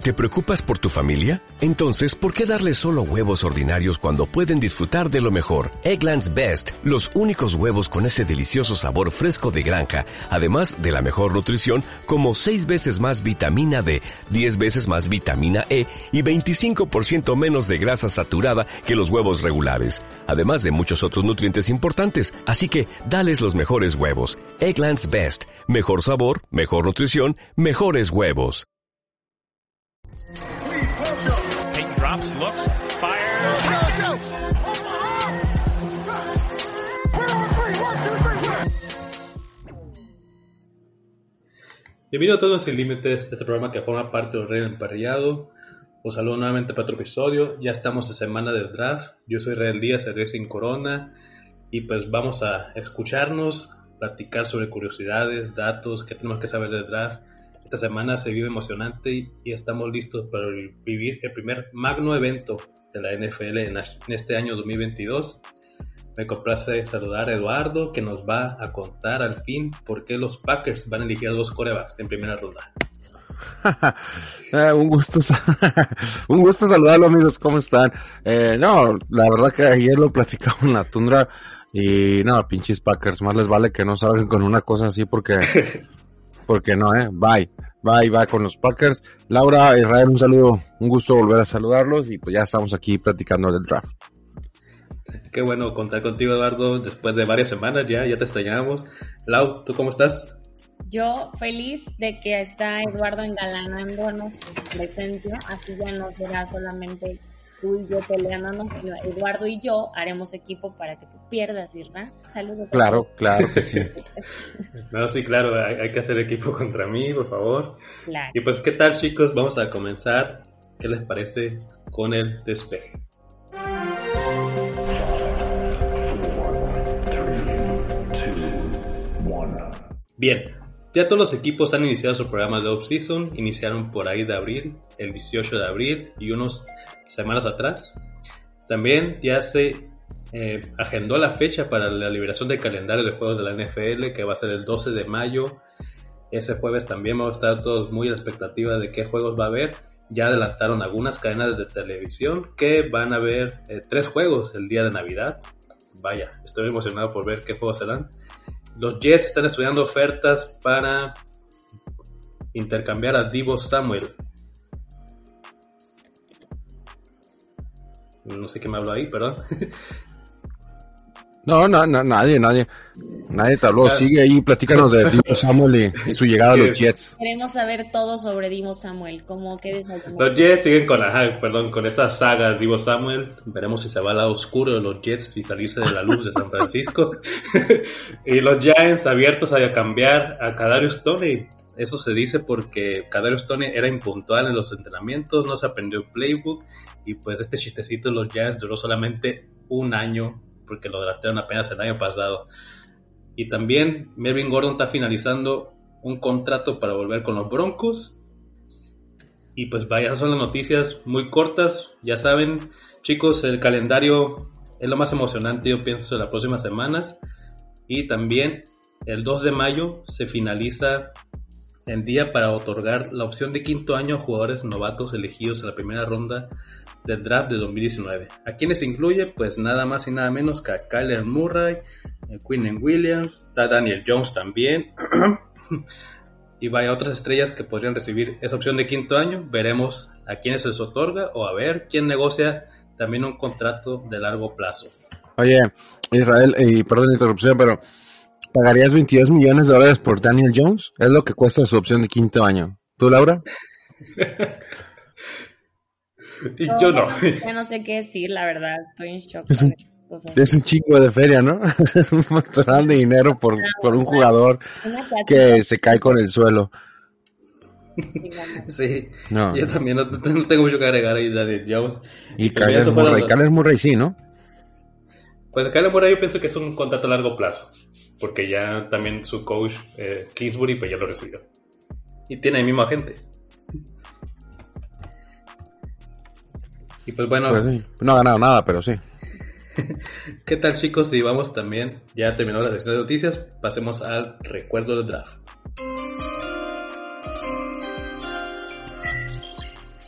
¿Te preocupas por tu familia? Entonces, ¿por qué darles solo huevos ordinarios cuando pueden disfrutar de lo mejor? Eggland's Best, los únicos huevos con ese delicioso sabor fresco de granja, además de la mejor nutrición, como 6 veces más vitamina D, 10 veces más vitamina E y 25% menos de grasa saturada que los huevos regulares, además de muchos otros nutrientes importantes. Así que, dales los mejores huevos. Eggland's Best, mejor sabor, mejor nutrición, mejores huevos. Drops, looks, fires. Bienvenido a todos Sin Límites, este programa que forma parte del Rey Emparrillado. Os saludo nuevamente para otro episodio. Ya estamos en semana del draft. Yo soy Rey Díaz, el Rey Sin Corona. Y pues vamos a escucharnos, platicar sobre curiosidades, datos, qué tenemos que saber del draft. Esta semana se vive emocionante y estamos listos para vivir el primer magno evento de la NFL en este año 2022. Me complace saludar a Eduardo, que nos va a contar al fin por qué los Packers van a elegir a 2 quarterbacks en primera ronda. Un gusto saludarlo, amigos, ¿cómo están? No, la verdad que ayer lo platicamos en la tundra y no, pinches Packers, más les vale que no salgan con una cosa así porque no, bye con los Packers. Laura, Israel, un saludo, un gusto volver a saludarlos y pues ya estamos aquí platicando del draft. Qué bueno contar contigo, Eduardo, después de varias semanas ya te extrañamos. Lau, ¿tú cómo estás? Yo feliz de que está Eduardo engalanándonos con su presencia, así ya no será solamente tú y yo peleándonos, sino Eduardo y yo haremos equipo para que tú pierdas, ¿verdad? Saludos. Claro que sí. No, sí, claro, hay que hacer equipo contra mí, por favor. Claro. Y pues, ¿qué tal, chicos? Vamos a comenzar. ¿Qué les parece con el despeje? Bien, ya todos los equipos han iniciado su programa de off-season, iniciaron por ahí de abril, el 18 de abril y unas semanas atrás. También ya se agendó la fecha para la liberación del calendario de juegos de la NFL, que va a ser el 12 de mayo. Ese jueves también vamos a estar todos muy a la expectativa de qué juegos va a haber. Ya adelantaron algunas cadenas de televisión que van a haber 3 juegos el día de Navidad. Vaya, estoy emocionado por ver qué juegos serán. Los Jets están estudiando ofertas para intercambiar a Deebo Samuel. No sé qué me habló ahí, perdón. No, nadie te habló. Sigue ahí, platícanos de Deebo Samuel y su llegada a los Jets. Queremos saber todo sobre Deebo Samuel, como que los Jets siguen con esa saga de Deebo Samuel. Veremos si se va al lado oscuro de los Jets y salirse de la luz de San Francisco. Y los Giants abiertos a cambiar a Kadarius Toney. Eso se dice porque Kadarius Toney era impuntual en los entrenamientos, no se aprendió el playbook y pues este chistecito de los Giants duró solamente un año porque lo draftearon apenas el año pasado. Y también Melvin Gordon está finalizando un contrato para volver con los Broncos. Y pues vaya, esas son las noticias muy cortas. Ya saben, chicos, el calendario es lo más emocionante, yo pienso, de las próximas semanas. Y también el 2 de mayo se finaliza el día para otorgar la opción de quinto año a jugadores novatos elegidos en la primera ronda del draft de 2019. ¿A quiénes incluye? Pues nada más y nada menos que a Kyler Murray, Quinnen Williams, está Daniel Jones también. Y vaya, otras estrellas que podrían recibir esa opción de quinto año. Veremos a quiénes se les otorga o a ver quién negocia también un contrato de largo plazo. Oye, Israel, perdón la interrupción, pero ¿pagarías $22 millones por Daniel Jones? Es lo que cuesta su opción de quinto año. ¿Tú, Laura? Y yo no. Ya no sé qué decir, la verdad. Estoy en shock. Es un chingo de feria, ¿no? Es un montón de dinero por un jugador que se cae con el suelo. Sí, no. Yo también no tengo mucho que agregar ahí, Daniel Jones. Y Kyler Murray sí, ¿no? Pues Kyler Murray yo pienso que es un contrato a largo plazo, porque ya también su coach Kingsbury pues ya lo recibió. Y tiene el mismo agente. Y pues bueno, pues sí. No ha ganado nada, pero sí. ¿Qué tal, chicos? Si vamos también, ya terminó la sección de noticias, pasemos al recuerdo del draft.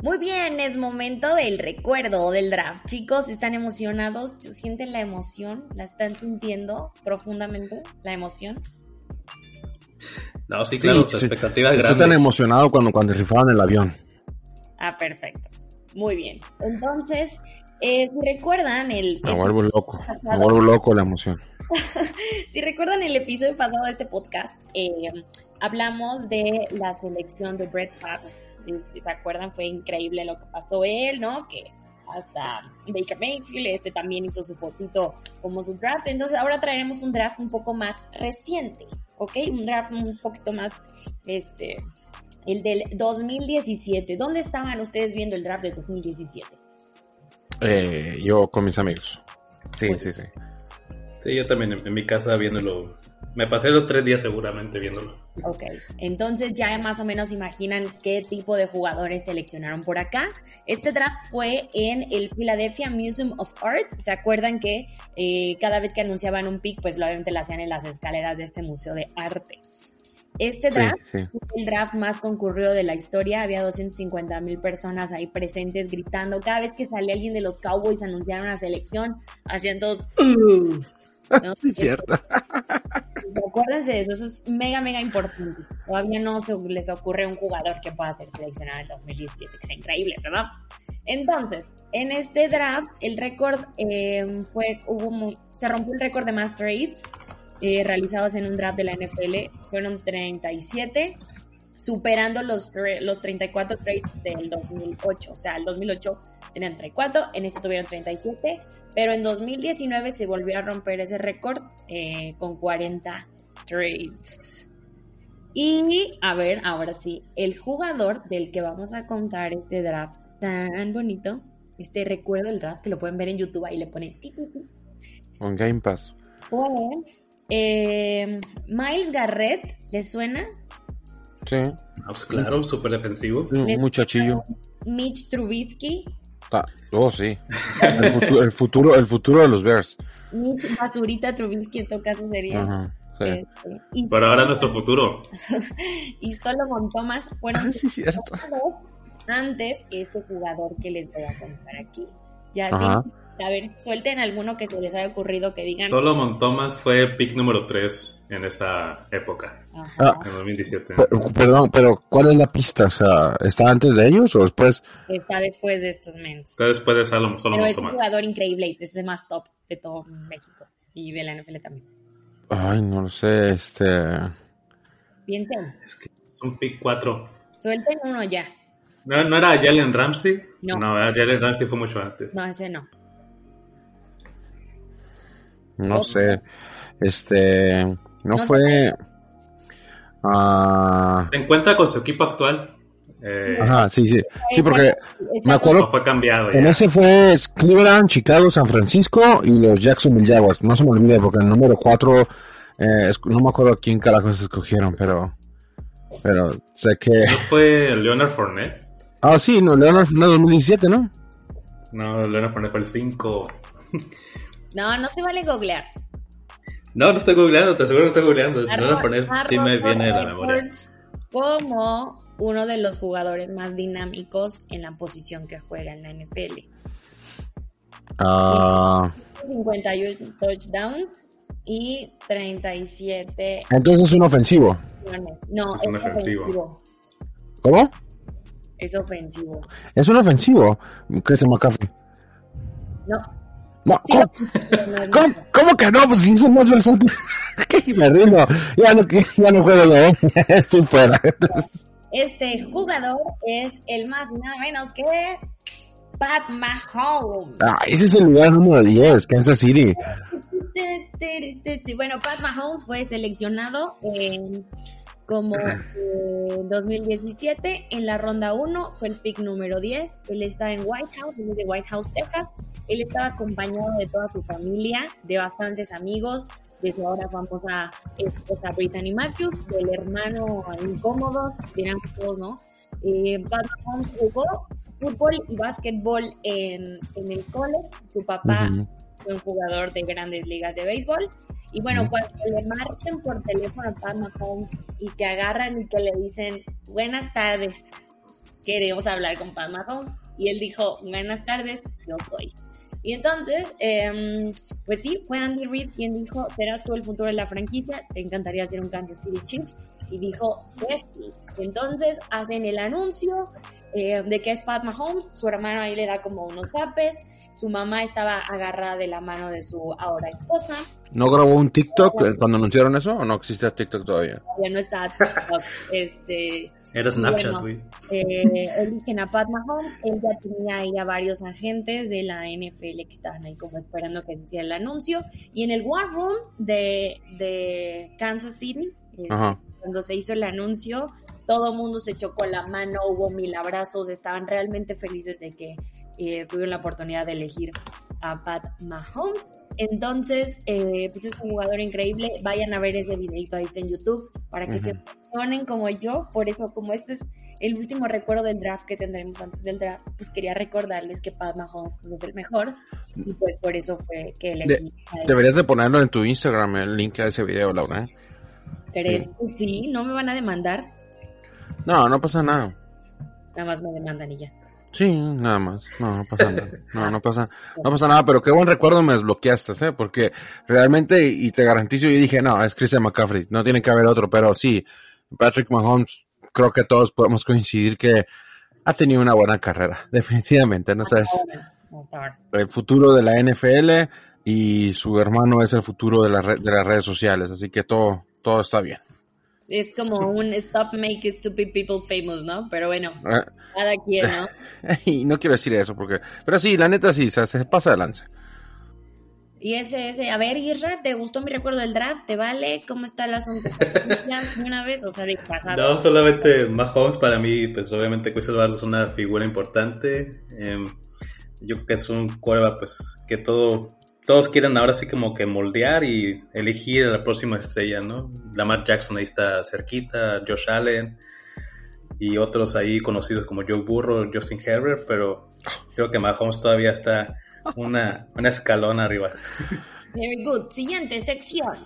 Muy bien, es momento del recuerdo del draft. Chicos, ¿están emocionados? ¿Sienten la emoción? ¿La están sintiendo profundamente, la emoción? No, sí, claro, Sí, expectativas Estoy grandes. tan emocionado cuando rifaban el avión. Ah, perfecto. Muy bien. Entonces, si recuerdan Me vuelvo loco la emoción. Si recuerdan el episodio pasado de este podcast, hablamos de la selección de Brett Favre. ¿Se acuerdan? Fue increíble lo que pasó él, ¿no? Que hasta Baker Mayfield también hizo su fotito como su draft. Entonces ahora traeremos un draft un poco más reciente, ¿ok? Un draft un poquito más, el del 2017. ¿Dónde estaban ustedes viendo el draft del 2017? Yo con mis amigos. Sí. Sí, yo también en mi casa viéndolo. Me pasé los 3 días seguramente viéndolo. Ok, entonces ya más o menos imaginan qué tipo de jugadores seleccionaron por acá. Este draft fue en el Philadelphia Museum of Art. ¿Se acuerdan que cada vez que anunciaban un pick, pues obviamente lo hacían en las escaleras de este museo de arte? Este draft fue el draft más concurrido de la historia. Había 250,000 personas ahí presentes gritando. Cada vez que salía alguien de los Cowboys anunciaron una selección, hacían todos ¿no? Sí, es cierto. Acuérdense de eso, eso es mega importante. Todavía no se les ocurre un jugador que pueda ser seleccionado en el 2017, que sea increíble, ¿verdad? Entonces, en este draft, el récord se rompió el récord de más trades realizados en un draft de la NFL. Fueron 37, superando los 34 trades del 2008. O sea, el 2008 tenían 34, en este tuvieron 37, pero en 2019 se volvió a romper ese récord con 40 trades. Y, a ver, ahora sí, el jugador del que vamos a contar este draft tan bonito, este recuerdo del draft, que lo pueden ver en YouTube, ahí le ponen Con Game Pass. fue Myles Garrett, ¿les suena? Sí. Pues claro, súper defensivo. Un muchachillo. Mitch Trubisky. Sí. El futuro de los Bears. Mitch Basurita Trubisky, en todo caso sería. Ajá, sí. Pero ahora nuestro futuro. Y Solomon Thomas fueron Sí, cierto. antes que este jugador que les voy a contar aquí. Ya Ajá. a ver, suelten alguno que se les haya ocurrido que digan. Solomon Thomas fue pick número 3 en esta época, Ajá. en 2017. Perdón, pero ¿cuál es la pista? O sea, ¿está antes de ellos o después? Está después de estos mens. Fue después de Pero Solomon es un Thomas. jugador increíble y es el más top de todo México y de la NFL también. Ay, no lo sé, Piensen, Es que es un pick 4. suelten uno ya. ¿No era Jalen Ramsey? No. Jalen Ramsey fue mucho antes. No, ese no. No sé. No No fue. Se encuentra con su equipo actual. Ajá, sí. Sí, porque me acuerdo. No fue cambiado ya. En ese fue Cleveland, Chicago, San Francisco y los Jacksonville Jaguars. No se me olvida porque el número 4, no me acuerdo a quién carajos escogieron, pero sé que... ¿No fue Leonard Fournette? Ah, sí, no, Leonard Fournette 2017, ¿no? No, Leonard Fournette fue el 5. No se vale googlear. No estoy googleando, te aseguro que estoy googleando. Leonard Fournette sí me viene de la memoria. Como uno de los jugadores más dinámicos en la posición que juega en la NFL. 51 touchdowns y 37. Entonces es un ofensivo. No, Es un ofensivo. ¿Cómo? Es ofensivo. Es un ofensivo. Christian McCaffrey. No. No, Sí, ¿Cómo que no? Pues sí, es el más versátil. Me rindo. Ya no juego yo. Estoy fuera. Este jugador es el más y nada menos que Pat Mahomes. Ese es el lugar número 10, Kansas City. Bueno, Pat Mahomes fue seleccionado como 2017 en la ronda 1, fue el pick número 10. Él está en White House, es de White House, Texas. Él estaba acompañado de toda su familia, de bastantes amigos, de su ahora famosa esposa Brittany Matthews, del hermano incómodo, dirán todos, ¿no? Pat Mahomes jugó fútbol y básquetbol en el college. Su papá fue un jugador de grandes ligas de béisbol. Y bueno, cuando le marcan por teléfono a Pat Mahomes y que agarran y que le dicen buenas tardes, queremos hablar con Pat Mahomes. Y él dijo, buenas tardes, yo soy. Y entonces, pues sí, fue Andy Reid quien dijo, serás tú el futuro de la franquicia, te encantaría ser un Kansas City Chief. Y dijo, pues sí. Entonces hacen el anuncio de que es Pat Mahomes, su hermano ahí le da como unos zapes, su mamá estaba agarrada de la mano de su ahora esposa. ¿No grabó un TikTok cuando anunciaron eso o no existe TikTok todavía? Ya no está TikTok, Era Snapchat, güey. Eligen a Pat Mahomes, él ya tenía ahí a varios agentes de la NFL que estaban ahí como esperando que se hiciera el anuncio, y en el War Room de Kansas City, cuando se hizo el anuncio, todo el mundo se chocó la mano, hubo 1000 abrazos, estaban realmente felices de que tuvieron la oportunidad de elegir a Pat Mahomes. Entonces, pues es un jugador increíble. Vayan a ver ese videito, ahí está en YouTube, para que se emocionen como yo. Por eso, como este es el último recuerdo del draft que tendremos antes del draft, pues quería recordarles que Pat Mahomes pues, es el mejor, y pues por eso fue que elegí a él. Deberías de ponerlo en tu Instagram, el link a ese video, Laura. ¿Crees que sí? ¿No me van a demandar? No pasa nada. Nada más me demandan y ya. Sí, nada más. No pasa nada. No pasa nada, pero qué buen recuerdo me desbloqueaste, porque realmente, y te garantizo, yo dije, no, es Christian McCaffrey, no tiene que haber otro, pero sí, Patrick Mahomes, creo que todos podemos coincidir que ha tenido una buena carrera, definitivamente, ¿no? Es el futuro de la NFL y su hermano es el futuro de las redes sociales, así que todo está bien. Es como un stop make stupid people famous, ¿no? Pero bueno, cada quien, ¿no? Y no quiero decir eso, pero sí, la neta sí, se pasa de lanza. Y ese, a ver, Isra, ¿te gustó mi recuerdo del draft? ¿Te vale? ¿Cómo está el asunto? ¿Ya una vez? O sea, de pasado. No, solamente Mahomes para mí, pues obviamente Chris Eduardo es una figura importante. Yo creo que es un quarterback, pues, que todos quieren ahora sí como que moldear y elegir a la próxima estrella, ¿no? Lamar Jackson ahí está cerquita, Josh Allen y otros ahí conocidos como Joe Burrow, Justin Herbert, pero creo que Mahomes todavía está una escalón arriba. Very good. Siguiente sección.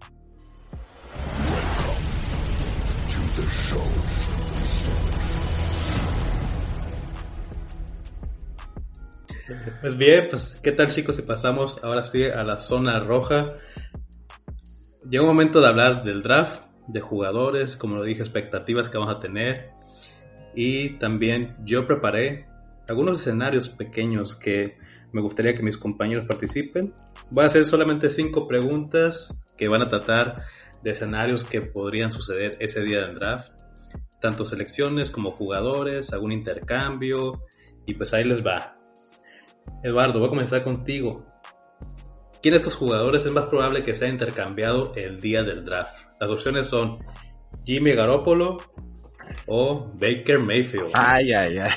Pues bien, pues ¿qué tal, chicos? Si pasamos ahora sí a la zona roja. Llega un momento de hablar del draft, de jugadores, como lo dije, expectativas que vamos a tener, y también yo preparé algunos escenarios pequeños que me gustaría que mis compañeros participen. Voy a hacer solamente 5 preguntas que van a tratar de escenarios que podrían suceder ese día del draft, tanto selecciones como jugadores, algún intercambio, y pues ahí les va. Eduardo, voy a comenzar contigo. ¿Quién de estos jugadores es más probable que sea intercambiado el día del draft? Las opciones son Jimmy Garoppolo o Baker Mayfield. Ay.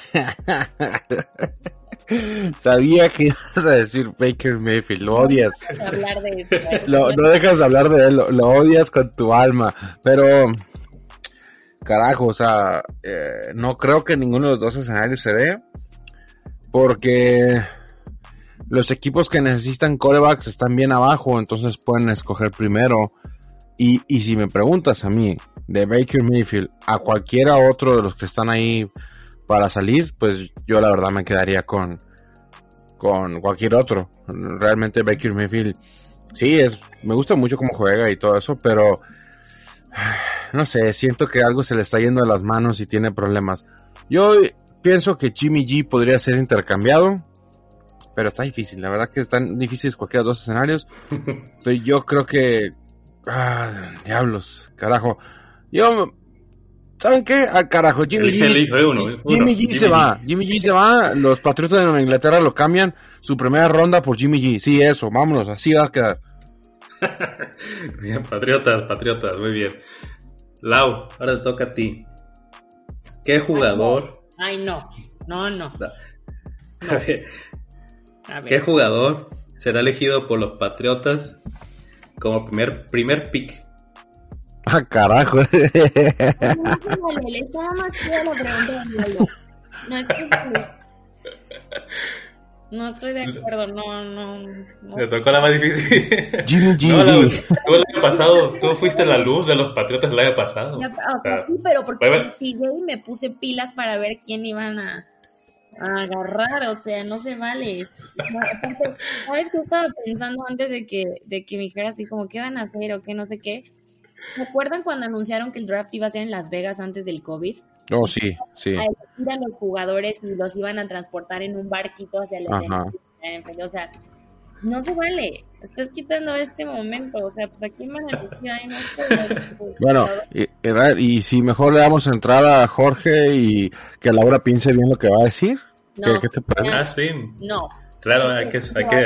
Sabía que ibas a decir Baker Mayfield, lo odias. Hablar de No dejas de hablar de él, lo odias con tu alma, pero carajo, o sea, no creo que ninguno de los dos escenarios se dé, porque los equipos que necesitan quarterbacks están bien abajo, entonces pueden escoger primero. Y si me preguntas a mí, de Baker Mayfield a cualquiera otro de los que están ahí para salir, pues yo la verdad me quedaría con cualquier otro. Realmente Baker Mayfield, sí, me gusta mucho cómo juega y todo eso, pero no sé, siento que algo se le está yendo de las manos y tiene problemas. Yo pienso que Jimmy G podría ser intercambiado, pero está difícil, la verdad que están difíciles cualquiera de los dos escenarios. Pero yo creo que diablos, carajo. ¿Saben qué? Al carajo, Jimmy G se va. Jimmy G se va, los Patriotas de Nueva Inglaterra lo cambian su primera ronda por Jimmy G. Sí, eso, vámonos, así va a quedar. Bien, Patriotas, muy bien. Lau, ahora te toca a ti. ¿Qué jugador? Ay, no. A ver. ¿Qué jugador será elegido por los Patriotas como primer pick? Ah, carajo. Estaba más chida la pregunta de Lalo. No, No estoy de acuerdo, no. Te tocó la más difícil. Jimmy G. No, tú el año pasado, tú fuiste la luz de los Patriotas el año pasado. O sea, sí, pero porque investigué y me puse pilas para ver quién iban a agarrar, o sea, no se vale. Aparte, ¿sabes qué estaba pensando antes de que me dijeras así como qué van a hacer o qué no sé qué? ¿Se acuerdan cuando anunciaron que el draft iba a ser en Las Vegas antes del COVID? Oh, sí. A elegir a los jugadores y los iban a transportar en un barquito hacia la NFL. O sea, no se vale. Estás quitando este momento. O sea, pues aquí van a elegir. Ay, no sé. Bueno, y si mejor le damos entrada a Jorge y que Laura piense bien lo que va a decir. No, ¿Qué te parece? Ah, sí. No. Claro, hay que.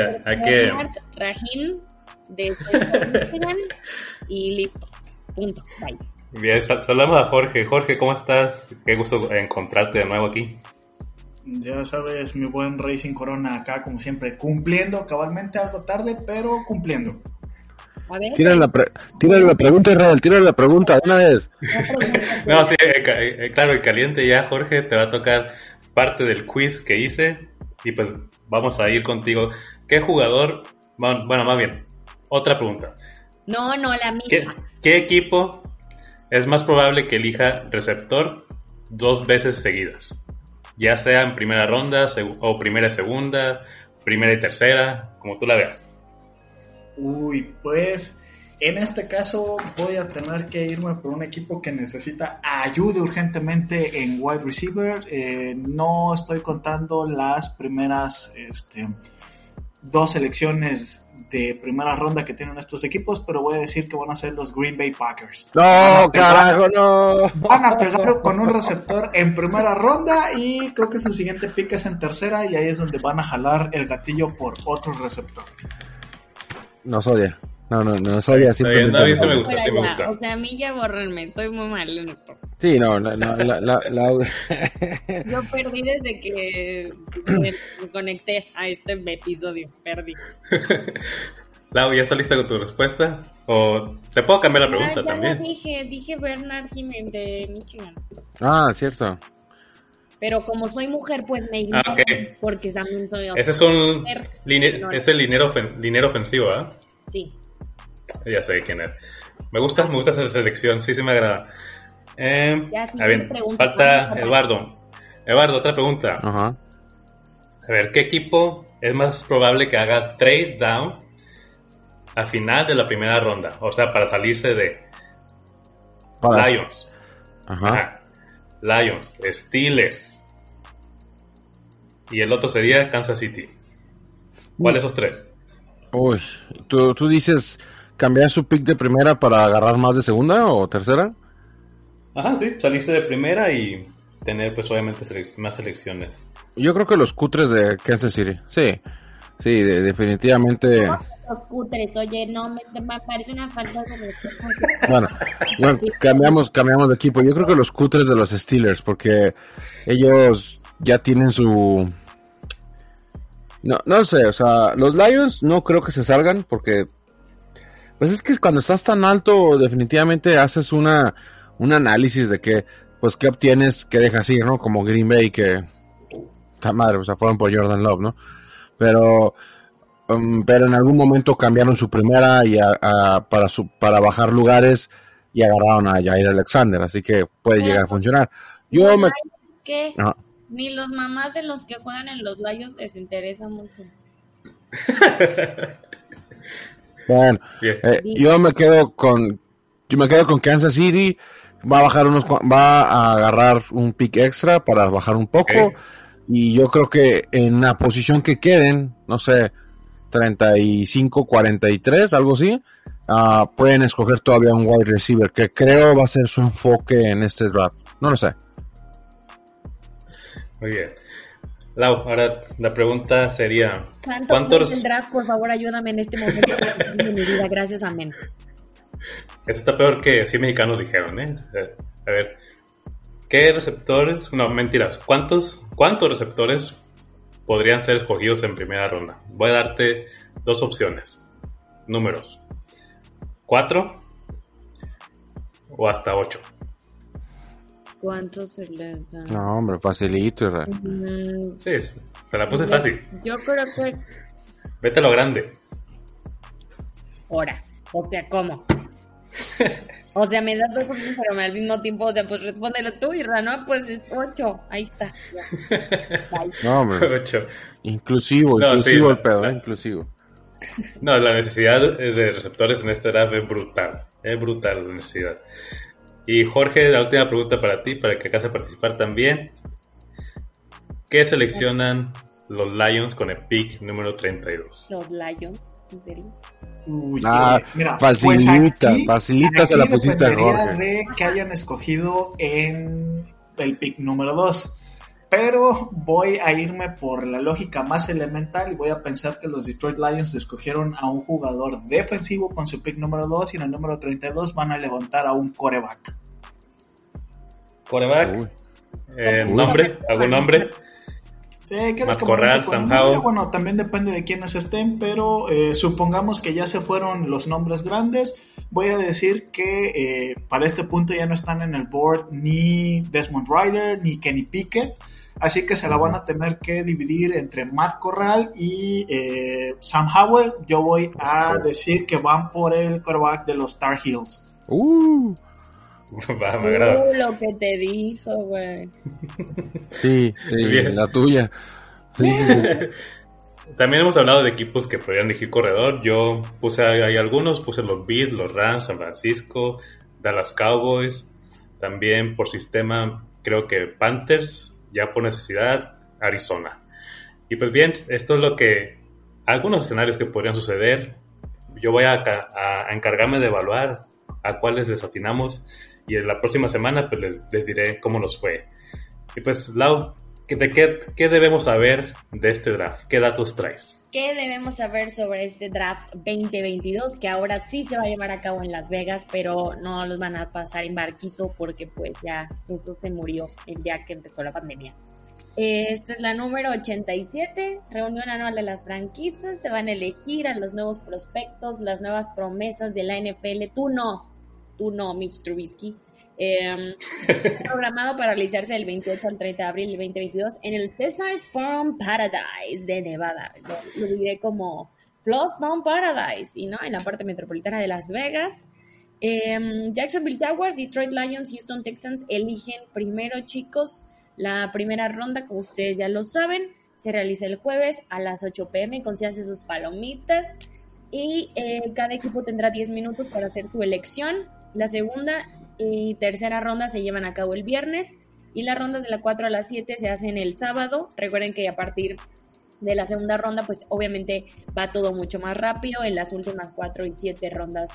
Rahim de Michigan y listo. Punto. Bye. Bien, saludamos a Jorge. Jorge, ¿cómo estás? Qué gusto encontrarte de nuevo aquí. Ya sabes, mi buen Racing Corona acá, como siempre, cumpliendo, cabalmente algo tarde, pero cumpliendo. A ver. Tírale la pregunta, Israel, tírale la pregunta, una vez. No, sí, claro, y caliente ya, Jorge, te va a tocar parte del quiz que hice y pues vamos a ir contigo. ¿Qué jugador? Bueno, más bien, otra pregunta. No, la misma. ¿Qué equipo es más probable que elija receptor 2 veces seguidas? Ya sea en primera ronda o primera y segunda, primera y tercera, como tú la veas. Uy, pues en este caso voy a tener que irme por un equipo que necesita ayuda urgentemente en wide receiver. No estoy contando las primeras 2 selecciones de primera ronda que tienen estos equipos, pero voy a decir que van a ser los Green Bay Packers. No, carajo, no. Van a pegar con un receptor en primera ronda y creo que su siguiente pick es en tercera y ahí es donde van a jalar el gatillo por otro receptor. No soy. No sabía. Sí me gusta. O sea, a mí ya borrenme, estoy muy mal. Sí, no. Yo perdí desde que me conecté a este episodio, perdí. Lau, ¿ya estás lista con tu respuesta? ¿O te puedo cambiar la pregunta también? Dije Bernard Jiménez de Michigan. Ah, cierto. Pero como soy mujer, pues me ignoro, okay. Porque también soy ese es es el liniero ofensivo, ¿ah? ¿Eh? Sí. Ya sé quién es. Me gusta esa selección, sí me agrada. Bien, falta Eduardo. Eduardo, otra pregunta. Ajá. A ver, ¿qué equipo es más probable que haga trade down a final de la primera ronda? O sea, para salirse de Lions. Ajá. Lions, Steelers. Y el otro sería Kansas City. ¿Cuál de esos 3? Uy, ¿tú dices cambiar su pick de primera para agarrar más de segunda o tercera? Ajá, sí, salirse de primera y tener pues obviamente más selecciones. Yo creo que los cutres de Kansas City, sí, definitivamente. Los cutres, oye, no, me parece una falta de respeto. Bueno, cambiamos de equipo. Yo creo que los cutres de los Steelers, porque ellos ya tienen su... No sé, o sea, los Lions no creo que se salgan, porque pues es que cuando estás tan alto definitivamente haces un análisis de que, pues, qué obtienes, qué dejas ir, ¿no? Como Green Bay, que esta madre, o sea, fueron por Jordan Love, ¿no? Pero en algún momento cambiaron su primera y para bajar lugares y agarraron a Jair Alexander, así que puede llegar a funcionar. ¿Qué? Ajá. Ni los mamás de los que juegan en los Lions les interesa mucho. Bueno, yo me quedo con Kansas City. Va a agarrar un pick extra para bajar un poco. Y yo creo que en la posición que queden, no sé, 35, 43, algo así, pueden escoger todavía un wide receiver, que creo va a ser su enfoque en este draft. No lo sé. Muy bien. Lau, ahora la pregunta sería... ¿Cuántos el draft? Por favor, ayúdame en este momento de mi vida. Gracias, amén. Esto está peor que 100 mexicanos dijeron, ¿eh? A ver, ¿qué receptores? No, mentiras. ¿Cuántos receptores podrían ser escogidos en primera ronda? Voy a darte 2 opciones. Números. 4 o hasta 8. ¿Cuánto se les da? No, hombre, facilito. Sí, te la puse fácil. Yo creo que... Vete a lo grande. Ahora, o sea, ¿cómo? O sea, me das 2 opciones, pero al mismo tiempo, o sea, pues respóndelo tú, Irra, ¿no? Pues es 8, ahí está. No, hombre. 8. Inclusivo No, sí, el pedo, inclusivo. No, la necesidad de receptores en este draft es brutal. Es brutal la necesidad. Y Jorge, la última pregunta para ti, para que acabes de participar también. ¿Qué seleccionan los Lions con el pick número 32? Los Lions, ¿en serio? Uy, mira, facilita se la pusiste a Jorge. De que hayan escogido en el pick número 2. Pero voy a irme por la lógica más elemental y voy a pensar que los Detroit Lions escogieron a un jugador defensivo con su pick número 2 y en el número 32 van a levantar a un quarterback. ¿Quarterback? ¿Nombre? ¿Algún nombre? Sí, Matt Corral, Sam Howell. Bueno, también depende de quiénes estén, pero supongamos que ya se fueron los nombres grandes. Voy a decir que para este punto ya no están en el board ni Desmond Ridder ni Kenny Pickett, así que se la van a tener que dividir entre Matt Corral y Sam Howell. Yo voy a decir que van por el quarterback de los Tar Heels. Va, me agrada. Lo que te dijo, güey. Sí, la tuya. Sí. También hemos hablado de equipos que podrían elegir corredor. Yo puse ahí algunos, puse los Bills, los Rams, San Francisco, Dallas Cowboys. También por sistema creo que Panthers, ya por necesidad, Arizona. Y pues bien, esto es lo que... algunos escenarios que podrían suceder. Yo voy a encargarme de evaluar a cuáles desatinamos. Y en la próxima semana pues les diré cómo nos fue. Y pues, Lau, ¿qué debemos saber de este draft? ¿Qué datos traes? ¿Qué debemos saber sobre este draft 2022? Que ahora sí se va a llevar a cabo en Las Vegas, pero no los van a pasar en barquito porque pues ya eso se murió el día que empezó la pandemia. Esta es la número 87, reunión anual de las franquicias. Se van a elegir a los nuevos prospectos, las nuevas promesas de la NFL. Tú no, Mitch Trubisky. Programado para realizarse del 28 al 30 de abril del 2022 en el Caesars Forum Paradise de Nevada. Lo diré como Floston Paradise, y no, en la parte metropolitana de Las Vegas. Jacksonville Jaguars, Detroit Lions, Houston Texans eligen primero, chicos. La primera ronda, como ustedes ya lo saben, se realiza el jueves a las 8 p.m. Consíganse sus palomitas y cada equipo tendrá 10 minutos para hacer su elección. La segunda y tercera ronda se llevan a cabo el viernes y las rondas de la 4 a las 7 se hacen el sábado. Recuerden que a partir de la segunda ronda, pues obviamente va todo mucho más rápido. En las últimas 4 y 7 rondas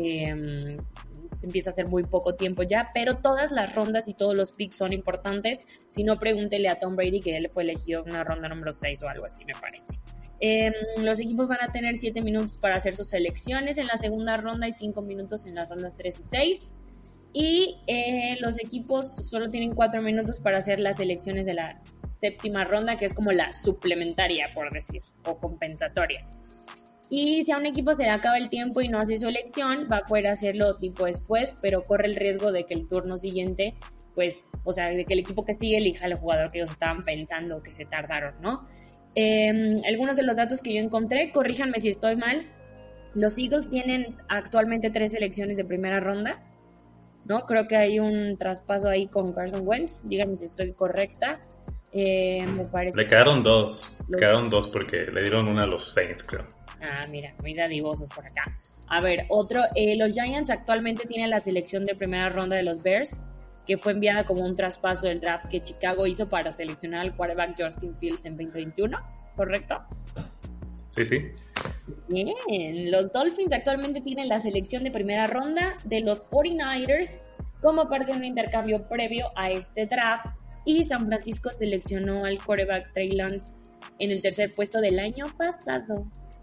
se empieza a hacer muy poco tiempo ya, pero todas las rondas y todos los picks son importantes. Si no, pregúntele a Tom Brady, que él fue elegido en una ronda número 6 o algo así, me parece. Los equipos van a tener 7 minutos para hacer sus selecciones en la segunda ronda y 5 minutos en las rondas 3 y 6. Y los equipos solo tienen 4 minutos para hacer las selecciones de la séptima ronda, que es como la suplementaria, por decir, o compensatoria. Y si a un equipo se le acaba el tiempo y no hace su elección, va a poder hacerlo tipo después, pero corre el riesgo de que el turno siguiente, pues, o sea, de que el equipo que sigue elija al jugador que ellos estaban pensando que se tardaron, ¿no? Algunos de los datos que yo encontré, corríjanme si estoy mal. Los Eagles tienen actualmente 3 selecciones de primera ronda, ¿no? Creo que hay un traspaso ahí con Carson Wentz, díganme si estoy correcta. Me parece. Le quedaron 2, porque le dieron una a los Saints, creo. Ah, mira, muy dadivosos por acá. A ver, otro, los Giants actualmente tienen la selección de primera ronda de los Bears, que fue enviada como un traspaso del draft que Chicago hizo para seleccionar al quarterback Justin Fields en 2021, ¿correcto? Sí. Bien, los Dolphins actualmente tienen la selección de primera ronda de los 49ers como parte de un intercambio previo a este draft, y San Francisco seleccionó al quarterback Trey Lance en el tercer puesto del año pasado.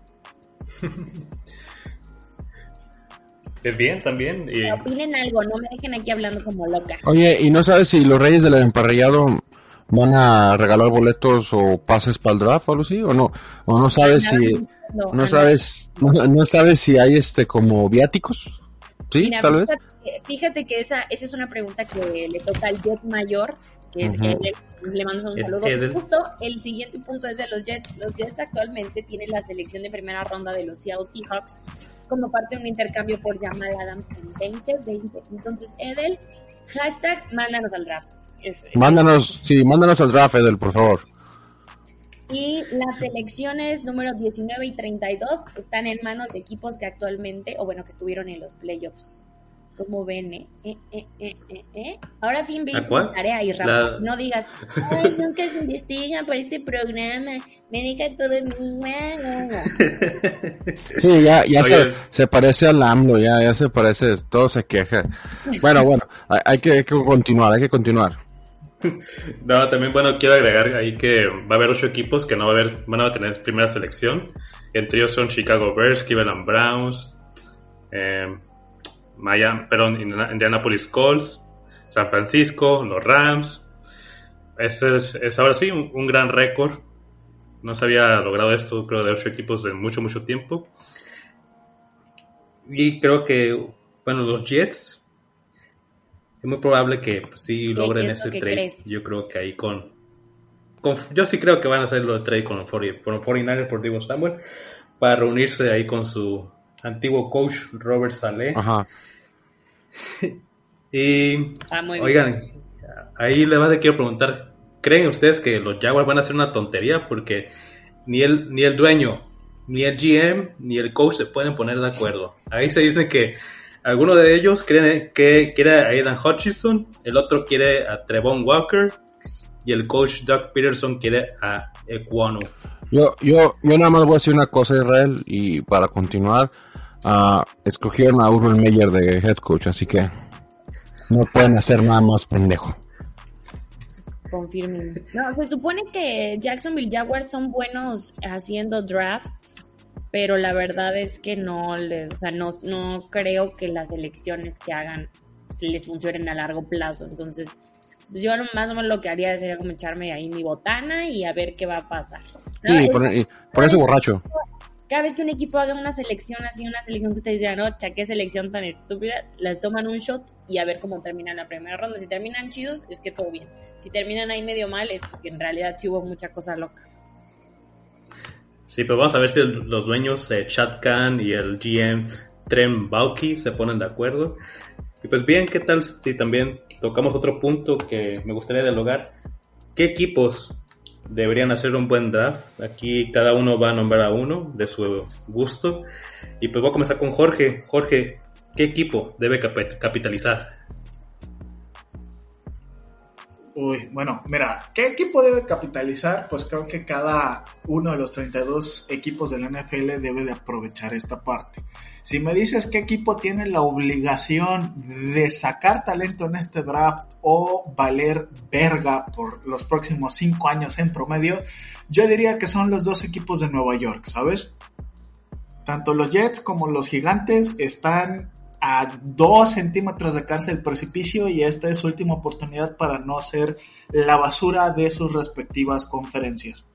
Es bien también. Y... opinen algo, no me dejen aquí hablando como loca. Oye, ¿y no sabes si los Reyes del Emparrillado van a regalar boletos o pases para el draft o algo así? ¿O no? ¿O no sabes si no sabes si hay como viáticos? Sí, Mira, tal vez. fíjate que esa es una pregunta que le toca al Jet mayor, que es Edel. Le mando un saludo. Justo el siguiente punto es de los Jets. Los Jets actualmente tienen la selección de primera ronda de los Seattle Seahawks como parte de un intercambio por Jamal Adams en 2020. Entonces, Edel, hashtag mándanos al draft. Mándanos al draft, Edel, por favor. Y las selecciones número 19 y 32 están en manos de equipos que actualmente, o bueno, que estuvieron en los playoffs. ¿Cómo ven? Ahora sí investigaré ahí, Rafa. No digas, ay, nunca se investigan por este programa. Me diga todo en mi Sí, ya se parece al AMLO, ya se parece, todo se queja. Bueno, hay que continuar. No, también, quiero agregar ahí que va a haber 8 equipos que van a tener primera selección. Entre ellos son Chicago Bears, Cleveland Browns, Indianapolis Colts, San Francisco, los Rams. Este es ahora sí un gran récord. No se había logrado esto, creo, de 8 equipos en mucho tiempo. Y creo que, los Jets, es muy probable que sí logren ese trade. ¿Crees? Yo creo que ahí yo sí creo que van a hacer el trade con los 49ers por Deebo Samuel para reunirse ahí con su antiguo coach Robert Saleh. Ajá. Y oigan, ahí le quiero preguntar, ¿creen ustedes que los Jaguars van a hacer una tontería? Porque ni el dueño, ni el GM, ni el coach se pueden poner de acuerdo. Ahí se dice que alguno de ellos quiere a Aidan Hutchinson, el otro quiere a Trevon Walker y el coach Doug Peterson quiere a Ekwonu. Yo nada más voy a decir una cosa, Israel, y para continuar, escogieron a Urban Meyer de head coach, así que no pueden hacer nada más pendejo. Confirmen. No, se supone que Jacksonville Jaguars son buenos haciendo drafts, pero la verdad es que no creo que las elecciones que hagan les funcionen a largo plazo. Entonces, pues yo más o menos lo que haría sería como echarme ahí mi botana y a ver qué va a pasar, ¿no? Sí, ponerse borracho. Cada vez que un equipo haga una selección que ustedes digan, no, qué selección tan estúpida, le toman un shot y a ver cómo terminan la primera ronda. Si terminan chidos, es que todo bien. Si terminan ahí medio mal, es porque en realidad sí hubo mucha cosa loca. Sí, pero vamos a ver si los dueños Chad Khan y el GM Trent Baalke se ponen de acuerdo. Y pues bien, ¿qué tal si también tocamos otro punto que me gustaría dialogar? ¿Qué equipos deberían hacer un buen draft? Aquí cada uno va a nombrar a uno de su gusto. Y pues voy a comenzar con Jorge. Jorge, ¿qué equipo debe capitalizar? Mira, ¿qué equipo debe capitalizar? Pues creo que cada uno de los 32 equipos de la NFL debe de aprovechar esta parte. Si me dices qué equipo tiene la obligación de sacar talento en este draft o valer verga por los próximos 5 años en promedio, yo diría que son los 2 equipos de Nueva York, ¿sabes? Tanto los Jets como los Gigantes están a 2 centímetros de cárcel precipicio y esta es su última oportunidad para no ser la basura de sus respectivas conferencias.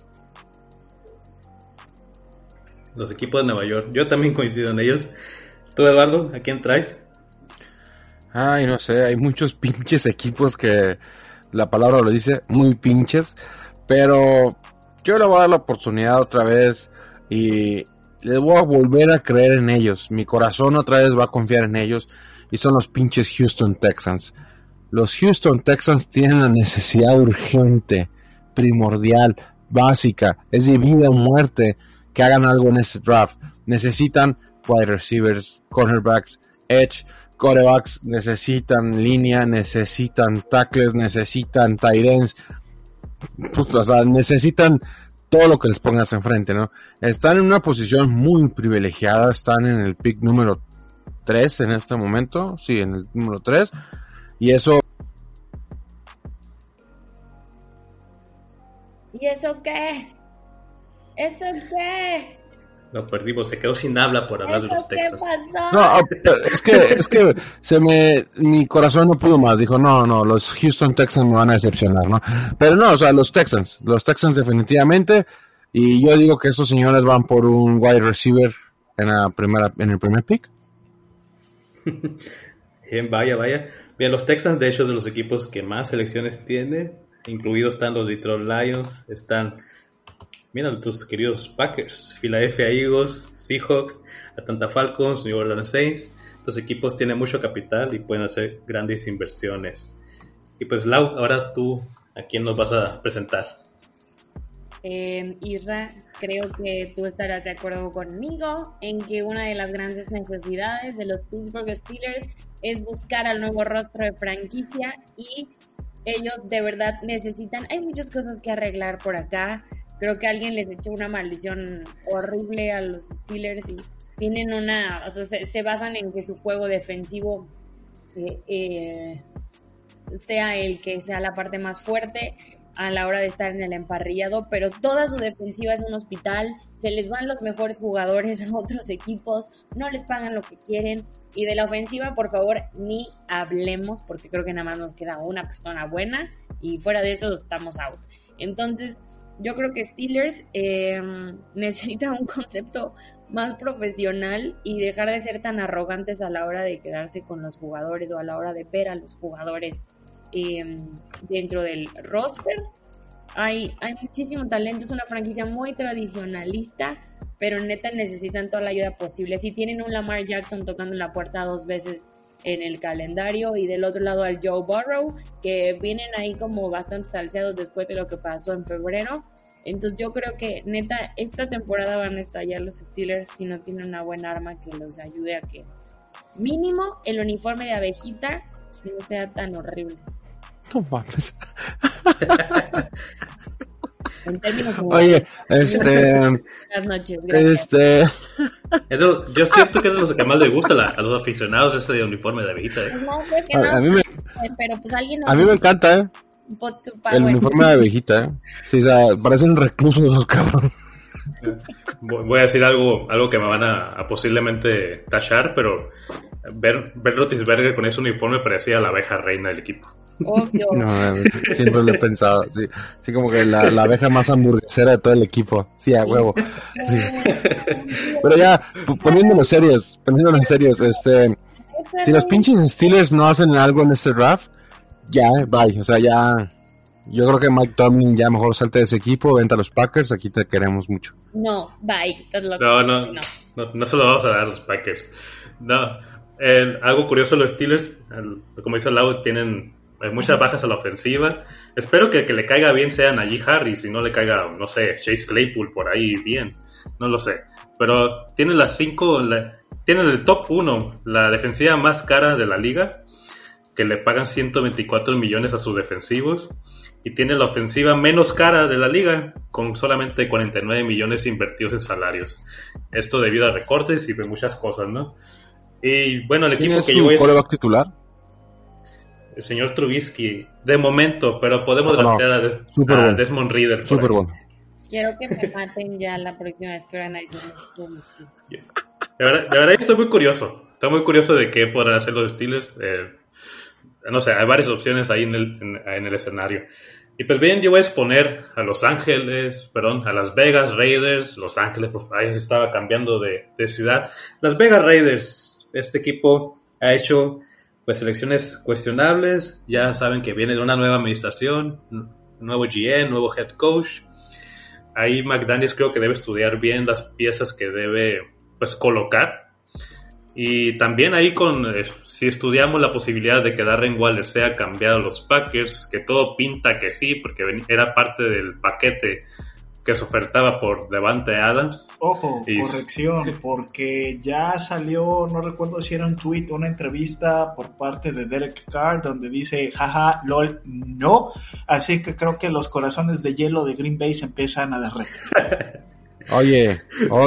Los equipos de Nueva York, yo también coincido en ellos. ¿Tú, Eduardo, a quién traes? Ay, no sé, hay muchos pinches equipos que la palabra lo dice, muy pinches, pero yo le voy a dar la oportunidad otra vez y les voy a volver a creer en ellos. Mi corazón otra vez va a confiar en ellos. Y son los pinches Houston Texans. Los Houston Texans tienen la necesidad urgente, primordial, básica. Es de vida o muerte que hagan algo en ese draft. Necesitan wide receivers, cornerbacks, edge, quarterbacks. Necesitan línea, necesitan tackles, necesitan tight ends. O sea, necesitan todo lo que les pongas enfrente, ¿no? Están en una posición muy privilegiada, están en el pick número 3 en este momento, sí, en el número 3, y eso... ¿Y eso qué? ¿Eso qué? Lo perdimos, se quedó sin habla por hablar de los Texans. No, es que mi corazón no pudo más, dijo, no, los Houston Texans me van a decepcionar, ¿no? Pero no, o sea, los Texans definitivamente, y yo digo que estos señores van por un wide receiver en el primer pick. Bien, vaya. Bien, los Texans, de hecho, es de los equipos que más selecciones tiene. Incluidos están los Detroit Lions, mira, tus queridos Packers, Philadelphia Eagles, Seahawks, Atlanta Falcons, New Orleans Saints. Los equipos tienen mucho capital y pueden hacer grandes inversiones. Y pues, Lau, ahora tú, ¿a quién nos vas a presentar? Isra, creo que tú estarás de acuerdo conmigo en que una de las grandes necesidades de los Pittsburgh Steelers es buscar al nuevo rostro de franquicia, y ellos de verdad necesitan, hay muchas cosas que arreglar por acá. Creo que alguien les echó una maldición horrible a los Steelers y tienen se basan en que su juego defensivo sea el que sea la parte más fuerte a la hora de estar en el emparrillado, pero toda su defensiva es un hospital, se les van los mejores jugadores a otros equipos, no les pagan lo que quieren, y de la ofensiva, por favor, ni hablemos, porque creo que nada más nos queda una persona buena, y fuera de eso estamos out. Entonces, yo creo que Steelers necesita un concepto más profesional y dejar de ser tan arrogantes a la hora de quedarse con los jugadores o a la hora de ver a los jugadores dentro del roster. Hay muchísimo talento, es una franquicia muy tradicionalista, pero neta necesitan toda la ayuda posible. Si tienen un Lamar Jackson tocando la puerta 2 veces en el calendario, y del otro lado al Joe Burrow, que vienen ahí como bastante salseados después de lo que pasó en febrero. Entonces yo creo que neta esta temporada van a estallar los Steelers si no tienen una buena arma que los ayude a que mínimo el uniforme de abejita pues, no sea tan horrible. No mames. En términos Oye, buenas noches, gracias. Yo siento que es lo que más le gusta a los aficionados, ese uniforme de abejita. Pues no, creo que no. Pero pues alguien nos a mí me encanta, el uniforme de abejita, Sí, o sea, parecen reclusos los cabrones. Voy a decir algo que me van a posiblemente tachar, pero ver Roethlisberger con ese uniforme parecía la abeja reina del equipo. Obvio. No, siempre lo he pensado, sí, como que la abeja más hamburguesera de todo el equipo, sí, a huevo. Sí. Pero ya, poniéndonos serios, si los pinches Steelers no hacen algo en este draft, ya, bye, o sea, ya. Yo creo que Mike Tomlin ya mejor salte de ese equipo, vente a los Packers, aquí te queremos mucho. No, bye, estás loco. No se lo vamos a dar a los Packers. No, algo curioso los Steelers, como dice Lau, tienen muchas bajas a la ofensiva. Espero que le caiga bien sea Najee Harris, si no le caiga, no sé, Chase Claypool por ahí bien, no lo sé. Pero tienen tienen el top 1, la defensiva más cara de la liga, que le pagan 124 millones a sus defensivos. Y tiene la ofensiva menos cara de la liga, con solamente 49 millones invertidos en salarios. Esto debido a recortes y de muchas cosas, ¿no? Y bueno, el equipo que yo voy a... ¿Quién es su quarterback titular? El señor Trubisky, de momento, pero podemos draftear a Desmond Ridder. Súper bueno. Quiero que me maten ya la próxima vez que van a decir Trubisky. De verdad, estoy muy curioso. Estoy muy curioso de qué podrán hacer los Steelers. No sé, hay varias opciones ahí en el escenario. Y pues bien, yo voy a exponer a Las Vegas Raiders. Los Ángeles, pues ahí se estaba cambiando de ciudad. Las Vegas Raiders, este equipo ha hecho pues selecciones cuestionables. Ya saben que viene de una nueva administración, nuevo GM, nuevo head coach. Ahí McDaniels creo que debe estudiar bien las piezas que debe pues colocar. Y también ahí si estudiamos la posibilidad de que Darren Waller sea cambiado a los Packers, que todo pinta que sí, porque era parte del paquete que se ofertaba por Davante Adams. Ojo, corrección, porque ya salió, no recuerdo si era un tweet o una entrevista por parte de Derek Carr, donde dice, jaja, lol, no. Así que creo que los corazones de hielo de Green Bay se empiezan a derretir. Oye.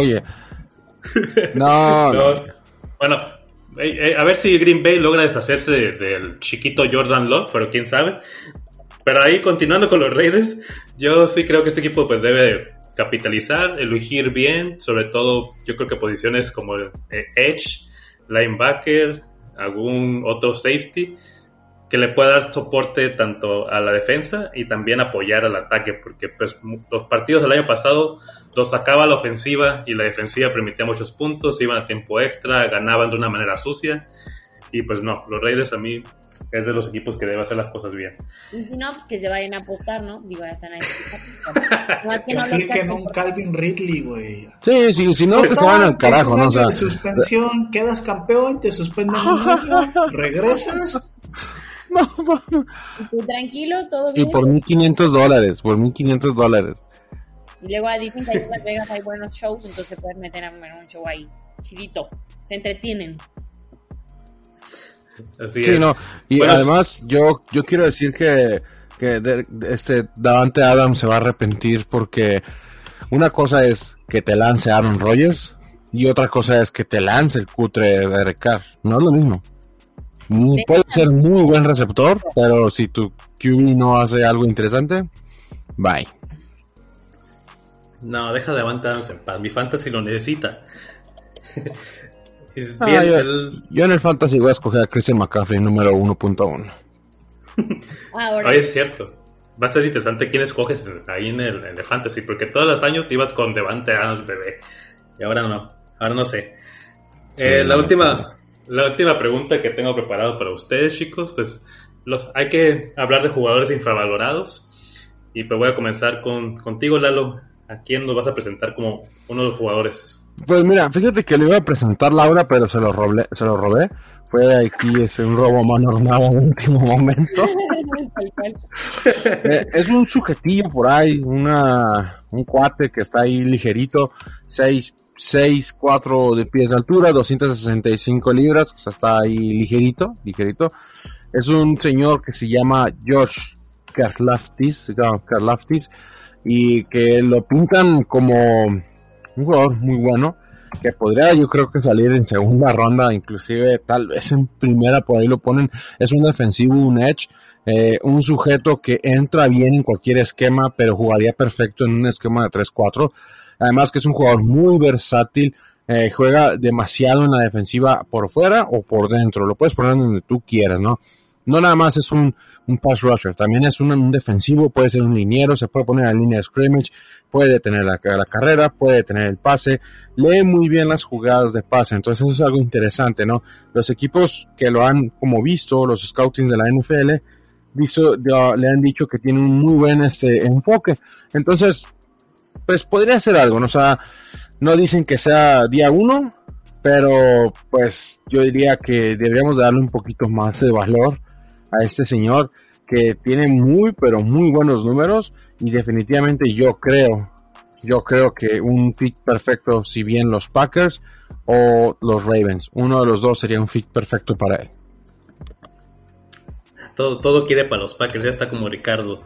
No. Bueno, a ver si Green Bay logra deshacerse del chiquito Jordan Love, pero quién sabe. Pero ahí, continuando con los Raiders, yo sí creo que este equipo pues debe capitalizar, elegir bien, sobre todo yo creo que posiciones como edge, linebacker, algún otro safety, que le pueda dar soporte tanto a la defensa y también apoyar al ataque, porque pues los partidos del año pasado los sacaba la ofensiva y la defensiva permitía muchos puntos, iban a tiempo extra, ganaban de una manera sucia, Y pues no, los Raiders a mí es de los equipos que deben hacer las cosas bien. Y si no, pues que se vayan a apostar, ¿no? Digo, ya están ahí. Más Que que no los apliquen cacen un por- Calvin Ridley, güey. Sí, sí, si no, que se vayan al carajo, Es un ¿no? O año sea, de suspensión, quedas campeón, te suspenden un año, regresas. Y tú tranquilo, todo y bien. por $1,500, por $1,500. Y luego dicen que ahí en Las Vegas hay buenos shows, entonces se pueden meter a ver un show ahí. Chidito. Se entretienen. Así Sí, es. no, y Bueno, además yo quiero decir que Davante Adams se va a arrepentir porque una cosa es que te lance Aaron Rodgers y otra cosa es que te lance el cutre de Derek Carr. No es lo mismo. Puede ser muy buen receptor, pero si tu QB no hace algo interesante, bye. no, deja de avanzarnos en paz. Mi fantasy lo necesita. Es bien, Yo en el Fantasy voy a escoger a Christian McCaffrey número 1.1. Ahora, Oye, es cierto. Va a ser interesante quién escoges ahí en el Fantasy, porque todos los años te ibas con Devante Adams, bebé. Y ahora no sé. Sí, La última pregunta que tengo preparado para ustedes, chicos, pues hay que hablar de jugadores infravalorados. Y pues voy a comenzar contigo, Lalo. ¿A quién nos vas a presentar como uno de los jugadores? Pues mira, fíjate que le iba a presentar Laura, pero se lo robé. Fue aquí un robo mano armada en el último momento. tal cual. Es un sujetillo por ahí, un cuate que está ahí ligerito, 6'4" de pies de altura, 265 libras, o sea, está ahí ligerito. Es un señor que se llama George Karlaftis, y que lo pintan como un jugador muy bueno, que podría yo creo que salir en segunda ronda, inclusive tal vez en primera, por ahí lo ponen. Es un defensivo, un edge, un sujeto que entra bien en cualquier esquema, pero jugaría perfecto en un esquema de 3-4. Además que es un jugador muy versátil, juega demasiado en la defensiva por fuera o por dentro, lo puedes poner donde tú quieras, ¿no? No nada más es un pass rusher, también es un defensivo, puede ser un liniero, se puede poner en línea de scrimmage, puede detener la carrera, puede detener el pase, lee muy bien las jugadas de pase, entonces eso es algo interesante, ¿no? Los equipos que lo han como visto, los scouting de la NFL, le han dicho que tiene un muy buen enfoque, entonces, pues podría ser algo, ¿no? O sea, no dicen que sea día 1, pero pues yo diría que deberíamos darle un poquito más de valor a este señor que tiene pero muy buenos números, y definitivamente yo creo que un fit perfecto, si bien los Packers o los Ravens, uno de los dos sería un fit perfecto para él. Todo quiere para los Packers, ya está como Ricardo.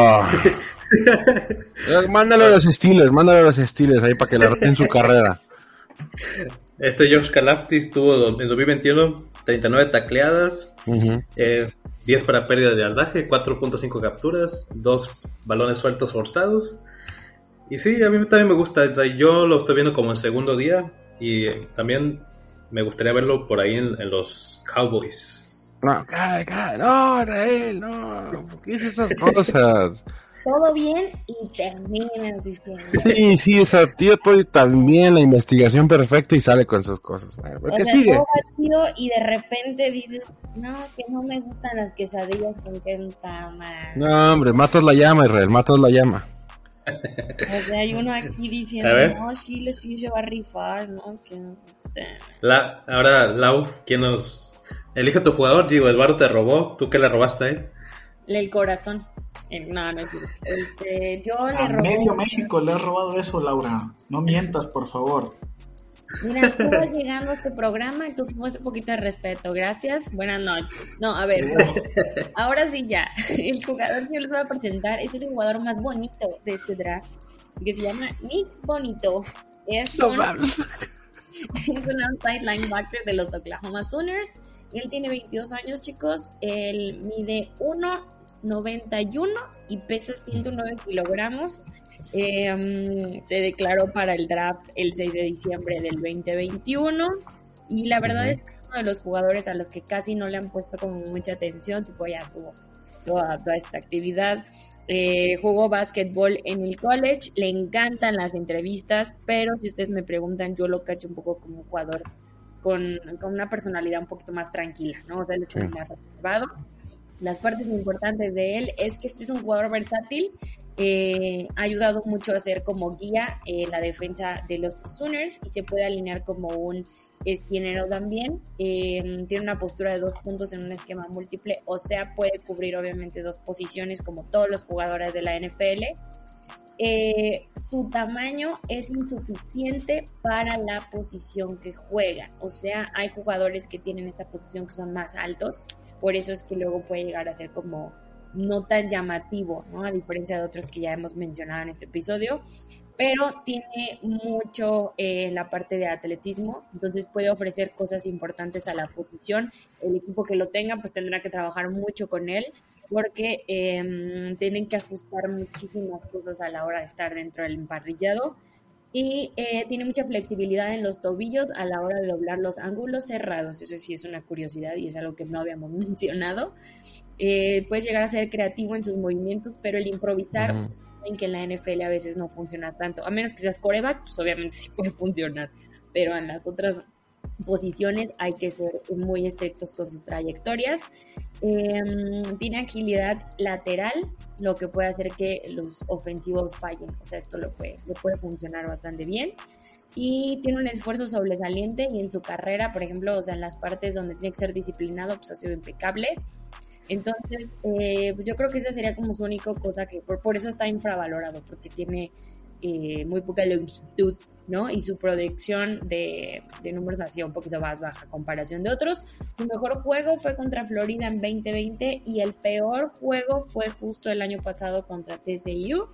Mándalo a los Steelers ahí para que le arreglen su carrera. George Karlaftis tuvo en 2021 39 tacleadas, 10 para pérdida de yardaje, 4.5 capturas, 2 balones sueltos forzados. Y sí, a mí también me gusta. Yo lo estoy viendo como el segundo día, y también me gustaría verlo por ahí en los Cowboys. No, Rael, no, ¿por qué dices esas cosas? Todo bien y terminas diciendo. Sí, o sea, tío, estoy también la investigación perfecta y sale con sus cosas. Bueno, O ¿qué sea, sigue? todo vacío y de repente dices, no, que no me gustan las quesadillas con tamal. No, hombre, matas la llama, Israel, matas la llama. O sea, hay uno aquí A diciendo, ver. no, sí se va a rifar, ¿no? Que... Ahora, Lau, ¿quién nos elige tu jugador? Digo, Eduardo te robó, ¿tú qué le robaste ahí? El corazón. No es cierto. Yo le A robé. medio México le has robado eso, Laura. No mientas, por favor. Mira, tú vas llegando a este programa, entonces pues un poquito de respeto. Gracias, buenas noches. No, a ver, ahora sí ya. El jugador que yo les voy a presentar es el jugador más bonito de este draft, que se llama Nick Bonito. Es un outside linebacker de los Oklahoma Sooners. Él tiene 22 años, chicos. Él mide 1.91 y pesa 109 kilogramos. Se declaró para el draft el 6 de diciembre del 2021 y la verdad es que es uno de los jugadores a los que casi no le han puesto como mucha atención, tipo ya tuvo toda esta actividad. Jugó básquetbol en el college, le encantan las entrevistas, pero si ustedes me preguntan, yo lo cacho un poco como un jugador con una personalidad un poquito más tranquila, ¿no? O sea, él es como más reservado. Las partes importantes de él es que este es un jugador versátil, ha ayudado mucho a ser como guía la defensa de los Sooners y se puede alinear como un esquinero también. Tiene una postura de 2 puntos en un esquema múltiple, o sea, puede cubrir obviamente 2 posiciones como todos los jugadores de la NFL. Su tamaño es insuficiente para la posición que juega, o sea, hay jugadores que tienen esta posición que son más altos, por eso es que luego puede llegar a ser como no tan llamativo, ¿no? A diferencia de otros que ya hemos mencionado en este episodio, pero tiene mucho en la parte de atletismo, entonces puede ofrecer cosas importantes a la posición. El equipo que lo tenga pues tendrá que trabajar mucho con él, porque tienen que ajustar muchísimas cosas a la hora de estar dentro del emparrillado, y tiene mucha flexibilidad en los tobillos a la hora de doblar los ángulos cerrados. Eso sí es una curiosidad y es algo que no habíamos mencionado. Puedes llegar a ser creativo en sus movimientos, pero el improvisar, en que en la NFL a veces no funciona tanto, a menos que seas quarterback, pues obviamente sí puede funcionar, pero en las otras posiciones hay que ser muy estrictos con sus trayectorias. Tiene agilidad lateral, lo que puede hacer que los ofensivos fallen, o sea, esto le puede funcionar bastante bien. Y tiene un esfuerzo sobresaliente, y en su carrera, por ejemplo, o sea, en las partes donde tiene que ser disciplinado, pues ha sido impecable. Entonces, pues yo creo que esa sería como su única cosa, que por eso está infravalorado, porque tiene muy poca longitud, ¿no? Y su proyección de números ha sido un poquito más baja a comparación de otros. Su mejor juego fue contra Florida en 2020, y el peor juego fue justo el año pasado contra TCU.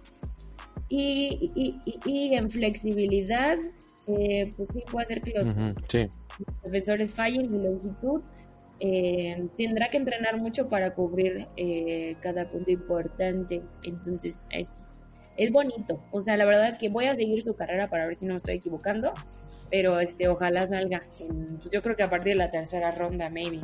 Y en flexibilidad, pues sí puede ser que los defensores fallen, y longitud. Tendrá que entrenar mucho para cubrir cada punto importante, entonces es bonito. O sea, la verdad es que voy a seguir su carrera para ver si no me estoy equivocando, pero ojalá salga yo creo que a partir de la tercera ronda, maybe.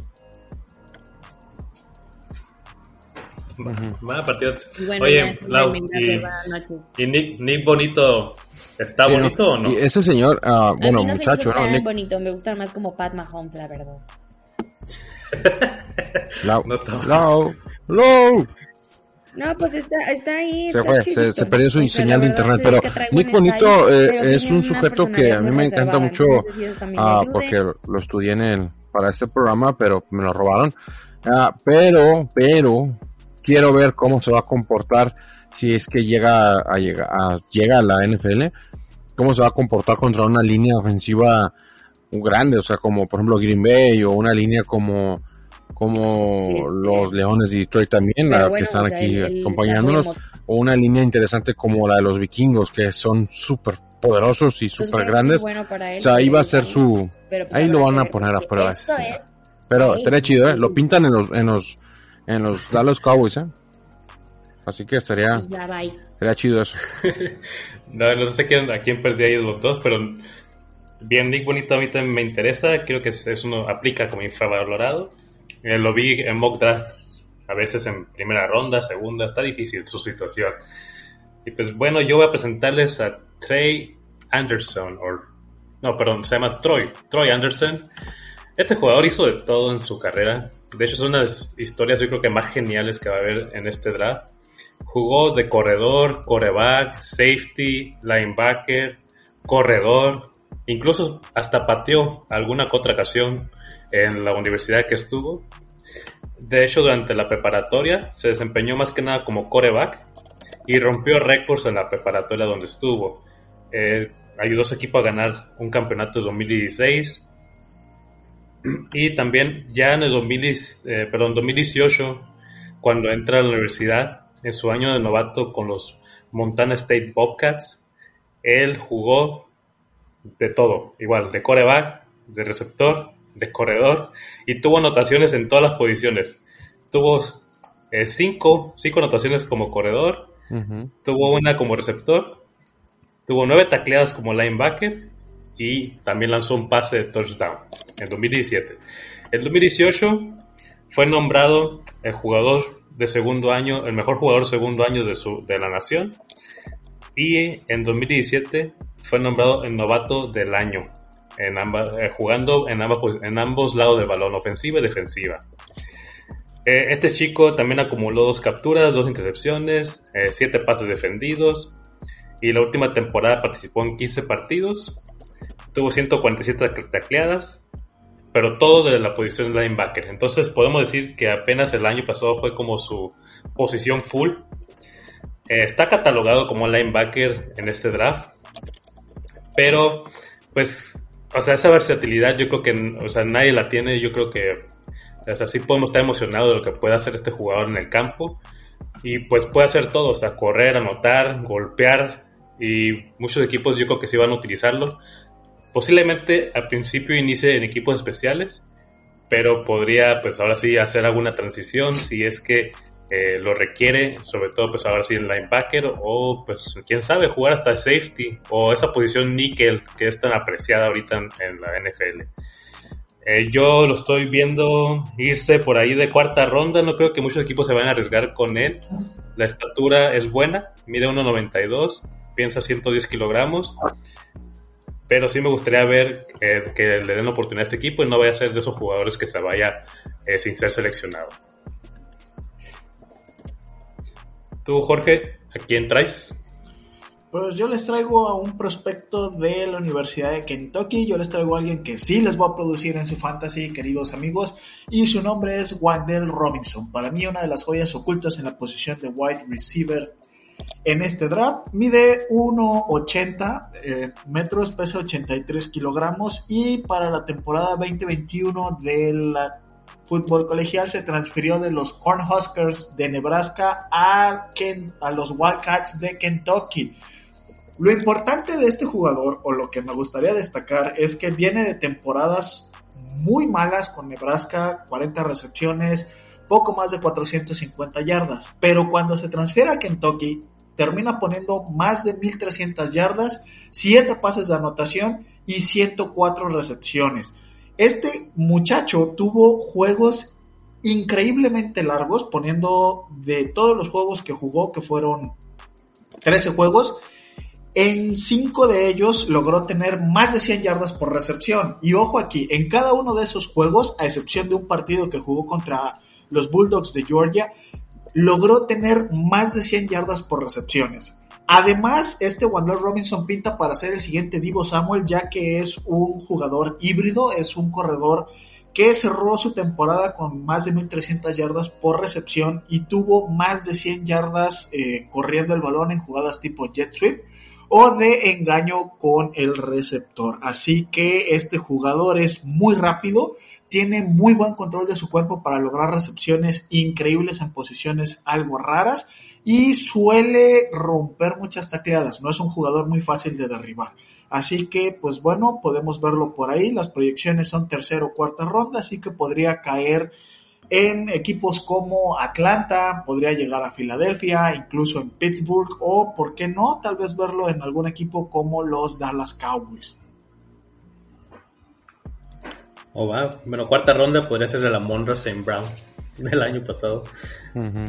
Va a partir. Bueno, oye, Lau, y Nick Bonito, ¿está bonito o no? Y ese señor, bueno, a mí no muchacho, se me hizo tan Nick bonito, me gusta más como Pat Mahomes, la verdad. Lau, No está Lau. No, pues está ahí. Se está fue, chidito. se perdió su O sea, señal de la verdad, internet, sí, pero que trae Nick buen Bonito style, pero es tiene un una sujeto que personalidad a mí muy me encanta reservada, mucho, entonces sí, eso también le ayuda. porque lo estudié para este programa, pero me lo robaron. Pero quiero ver cómo se va a comportar si es que llega a la NFL, cómo se va a comportar contra una línea ofensiva grande, o sea, como por ejemplo Green Bay, o una línea como los Leones de Detroit también, que están aquí acompañándonos, o una línea interesante como la de los Vikingos, que son súper poderosos y súper grandes. Bueno para él, o sea, ahí va a ser su... pero pues ahí lo van a ver, poner a prueba. Pero estaría chido, lo pintan en los Dallas Cowboys, así que estaría chido eso. No sé a quién perdí ahí los dos, pero bien, Nick Bonito a mí también me interesa. Creo que es uno aplica como infravalorado. Lo vi en mock drafts, a veces en primera ronda, segunda, está difícil su situación. Y pues bueno, yo voy a presentarles a Trey Anderson, se llama Troy Anderson. Este jugador hizo de todo en su carrera. De hecho, es una de las historias yo creo que más geniales que va a haber en este draft. Jugó de corredor, quarterback, safety, linebacker, corredor, incluso hasta pateó alguna que otra ocasión en la universidad que estuvo. De hecho, durante la preparatoria se desempeñó más que nada como quarterback y rompió récords en la preparatoria donde estuvo. Ayudó a su equipo a ganar un campeonato en 2016. Y también ya en el 2018, cuando entra a la universidad, en su año de novato con los Montana State Bobcats, él jugó de todo, igual, de quarterback, de receptor, de corredor, y tuvo anotaciones en todas las posiciones. Tuvo 5 anotaciones como corredor, tuvo una como receptor, tuvo 9 tacleadas como linebacker, y también lanzó un pase de touchdown en 2017. En 2018 fue nombrado el jugador de segundo año, el mejor jugador de segundo año de la nación, y en 2017 fue nombrado el novato del año jugando en ambos lados del balón, ofensiva y defensiva. Este chico también acumuló 2 capturas, 2 intercepciones, 7 pases defendidos, y la última temporada participó en 15 partidos, tuvo 147 tacleadas, pero todo desde la posición de linebacker. Entonces podemos decir que apenas el año pasado fue como su posición full. Está catalogado como linebacker en este draft, pero pues, o sea, esa versatilidad yo creo que, o sea, nadie la tiene. Yo creo que, o sea, sí podemos estar emocionados de lo que puede hacer este jugador en el campo, y pues puede hacer todo, o sea, correr, anotar, golpear, y muchos equipos yo creo que sí van a utilizarlo. Posiblemente al principio inicie en equipos especiales, pero podría pues ahora sí hacer alguna transición si es que lo requiere, sobre todo pues ahora sí en linebacker, o pues quién sabe, jugar hasta safety o esa posición níquel que es tan apreciada ahorita en la NFL. Yo lo estoy viendo irse por ahí de 4ª ronda. No creo que muchos equipos se vayan a arriesgar con él. La estatura es buena, mide 1.92, piensa 110 kilogramos, pero sí me gustaría ver que le den la oportunidad a este equipo y no vaya a ser de esos jugadores que se vaya sin ser seleccionado. Tú, Jorge, ¿a quién traes? Pues yo les traigo a un prospecto de la Universidad de Kentucky. Yo les traigo a alguien que sí les va a producir en su fantasy, queridos amigos, y su nombre es Wan'Dale Robinson. Para mí una de las joyas ocultas en la posición de wide receiver en este draft. Mide 1.80 metros, pesa 83 kilogramos, y para la temporada 2021 del fútbol colegial se transfirió de los Cornhuskers de Nebraska a los Wildcats de Kentucky. Lo importante de este jugador, o lo que me gustaría destacar, es que viene de temporadas muy malas con Nebraska, 40 recepciones, poco más de 450 yardas, pero cuando se transfiere a Kentucky termina poniendo más de 1,300 yardas, 7 pases de anotación y 104 recepciones. Este muchacho tuvo juegos increíblemente largos, poniendo de todos los juegos que jugó, que fueron 13 juegos, en 5 de ellos logró tener más de 100 yardas por recepción. Y ojo aquí, en cada uno de esos juegos, a excepción de un partido que jugó contra los Bulldogs de Georgia, logró tener más de 100 yardas por recepciones. Además, este Wan'Dale Robinson pinta para ser el siguiente Deebo Samuel, ya que es un jugador híbrido, es un corredor que cerró su temporada con más de 1,300 yardas por recepción y tuvo más de 100 yardas corriendo el balón en jugadas tipo jet sweep o de engaño con el receptor. Así que este jugador es muy rápido, tiene muy buen control de su cuerpo para lograr recepciones increíbles en posiciones algo raras y suele romper muchas tacleadas. No es un jugador muy fácil de derribar. Así que, pues bueno, podemos verlo por ahí. Las proyecciones son 3ª o 4ª ronda, así que podría caer en equipos como Atlanta, podría llegar a Filadelfia, incluso en Pittsburgh, o por qué no, tal vez verlo en algún equipo como los Dallas Cowboys. Oh, wow. Bueno, 4ª ronda podría ser de la Amon-Ra St. Brown del año pasado. Uh-huh.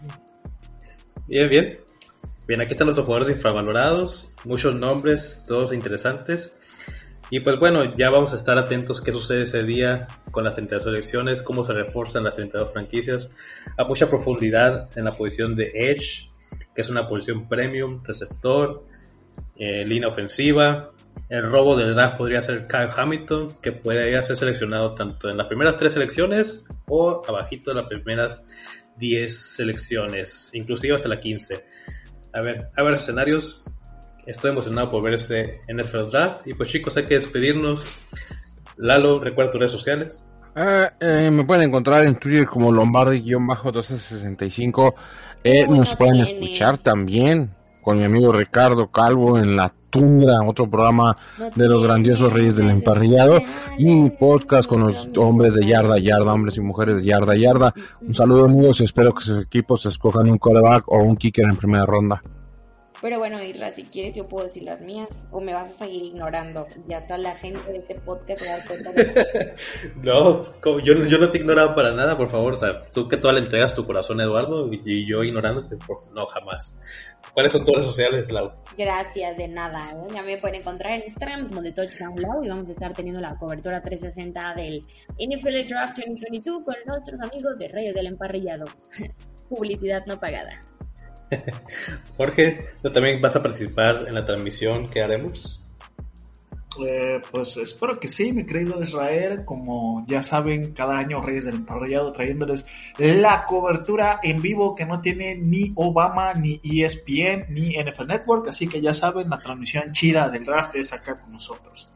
Bien. Bien, aquí están nuestros jugadores infravalorados, muchos nombres, todos interesantes. Y pues bueno, ya vamos a estar atentos qué sucede ese día con las 32 selecciones, cómo se refuerzan las 32 franquicias, a mucha profundidad en la posición de Edge, que es una posición premium, receptor, línea ofensiva. El robo del draft podría ser Kyle Hamilton, que puede ser seleccionado tanto en las primeras 3 selecciones o abajito de las primeras 10 selecciones, inclusive hasta la 15. A ver escenarios. Estoy emocionado por ver este NFL Draft. Y pues chicos, hay que despedirnos. Lalo, recuerda tus redes sociales. Me pueden encontrar en Twitter como Lombardi-1265. Nos pueden escuchar también con mi amigo Ricardo Calvo en La Tundra, otro programa de los grandiosos Reyes del Emparrillado, y mi podcast con los hombres de yarda a yarda, hombres y mujeres de yarda a yarda. Un saludo amigos y espero que sus equipos escojan un quarterback o un kicker en primera ronda. Pero bueno, Isra, si quieres yo puedo decir las mías o me vas a seguir ignorando. Ya toda la gente de este podcast se va a dar cuenta de... No, yo no te ignoraba para nada, por favor. O sea, tú que toda le entregas tu corazón a Eduardo y yo ignorándote, no, jamás. ¿Cuáles son tus redes sociales, Lau? Gracias, de nada. Ya me pueden encontrar en Instagram como de Touchdown Lau y vamos a estar teniendo la cobertura 360 del NFL Draft 2022 con nuestros amigos de Reyes del Emparrillado. Publicidad no pagada. Jorge, ¿tú también vas a participar en la transmisión que haremos? Pues espero que sí, mi querido Israel. Como ya saben, cada año Reyes del Emparrillado trayéndoles la cobertura en vivo que no tiene ni Obama, ni ESPN, ni NFL Network. Así que ya saben, la transmisión chida del draft es acá con nosotros.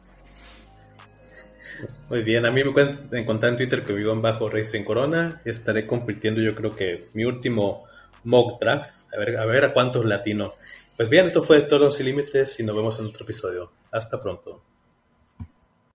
Muy bien, a mí me pueden encontrar en Twitter que vivo en bajo Reyes en Corona. Estaré compartiendo yo creo que mi último mock draft. A ver a cuántos latino. Pues bien, esto fue Toros y Límites y nos vemos en otro episodio. Hasta pronto.